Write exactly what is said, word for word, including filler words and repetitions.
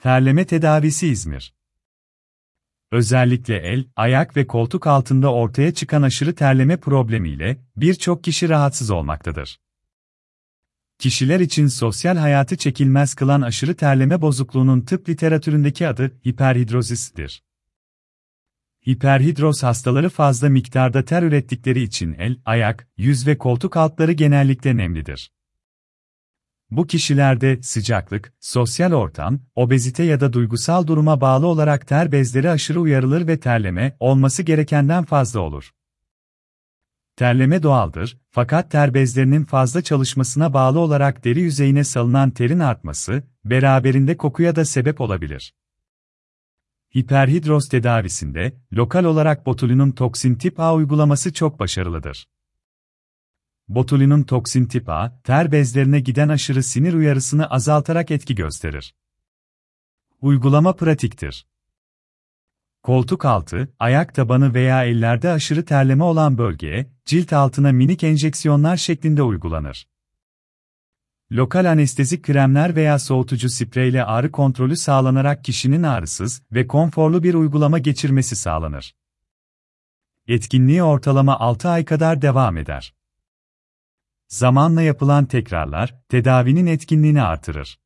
Terleme tedavisi İzmir. Özellikle el, ayak ve koltuk altında ortaya çıkan aşırı terleme problemiyle birçok kişi rahatsız olmaktadır. Kişiler için sosyal hayatı çekilmez kılan aşırı terleme bozukluğunun tıp literatüründeki adı hiperhidrozistir. Hiperhidroz hastaları fazla miktarda ter ürettikleri için el, ayak, yüz ve koltuk altları genellikle nemlidir. Bu kişilerde sıcaklık, sosyal ortam, obezite ya da duygusal duruma bağlı olarak ter bezleri aşırı uyarılır ve terleme, olması gerekenden fazla olur. Terleme doğaldır, fakat ter bezlerinin fazla çalışmasına bağlı olarak deri yüzeyine salınan terin artması, beraberinde kokuya da sebep olabilir. Hiperhidroz tedavisinde, lokal olarak botulinum toksin tip A uygulaması çok başarılıdır. Botulinum toksin tip A, ter bezlerine giden aşırı sinir uyarısını azaltarak etki gösterir. Uygulama pratiktir. Koltuk altı, ayak tabanı veya ellerde aşırı terleme olan bölgeye, cilt altına minik enjeksiyonlar şeklinde uygulanır. Lokal anestezik kremler veya soğutucu spreyle ağrı kontrolü sağlanarak kişinin ağrısız ve konforlu bir uygulama geçirmesi sağlanır. Etkinliği ortalama altı ay kadar devam eder. Zamanla yapılan tekrarlar, tedavinin etkinliğini artırır.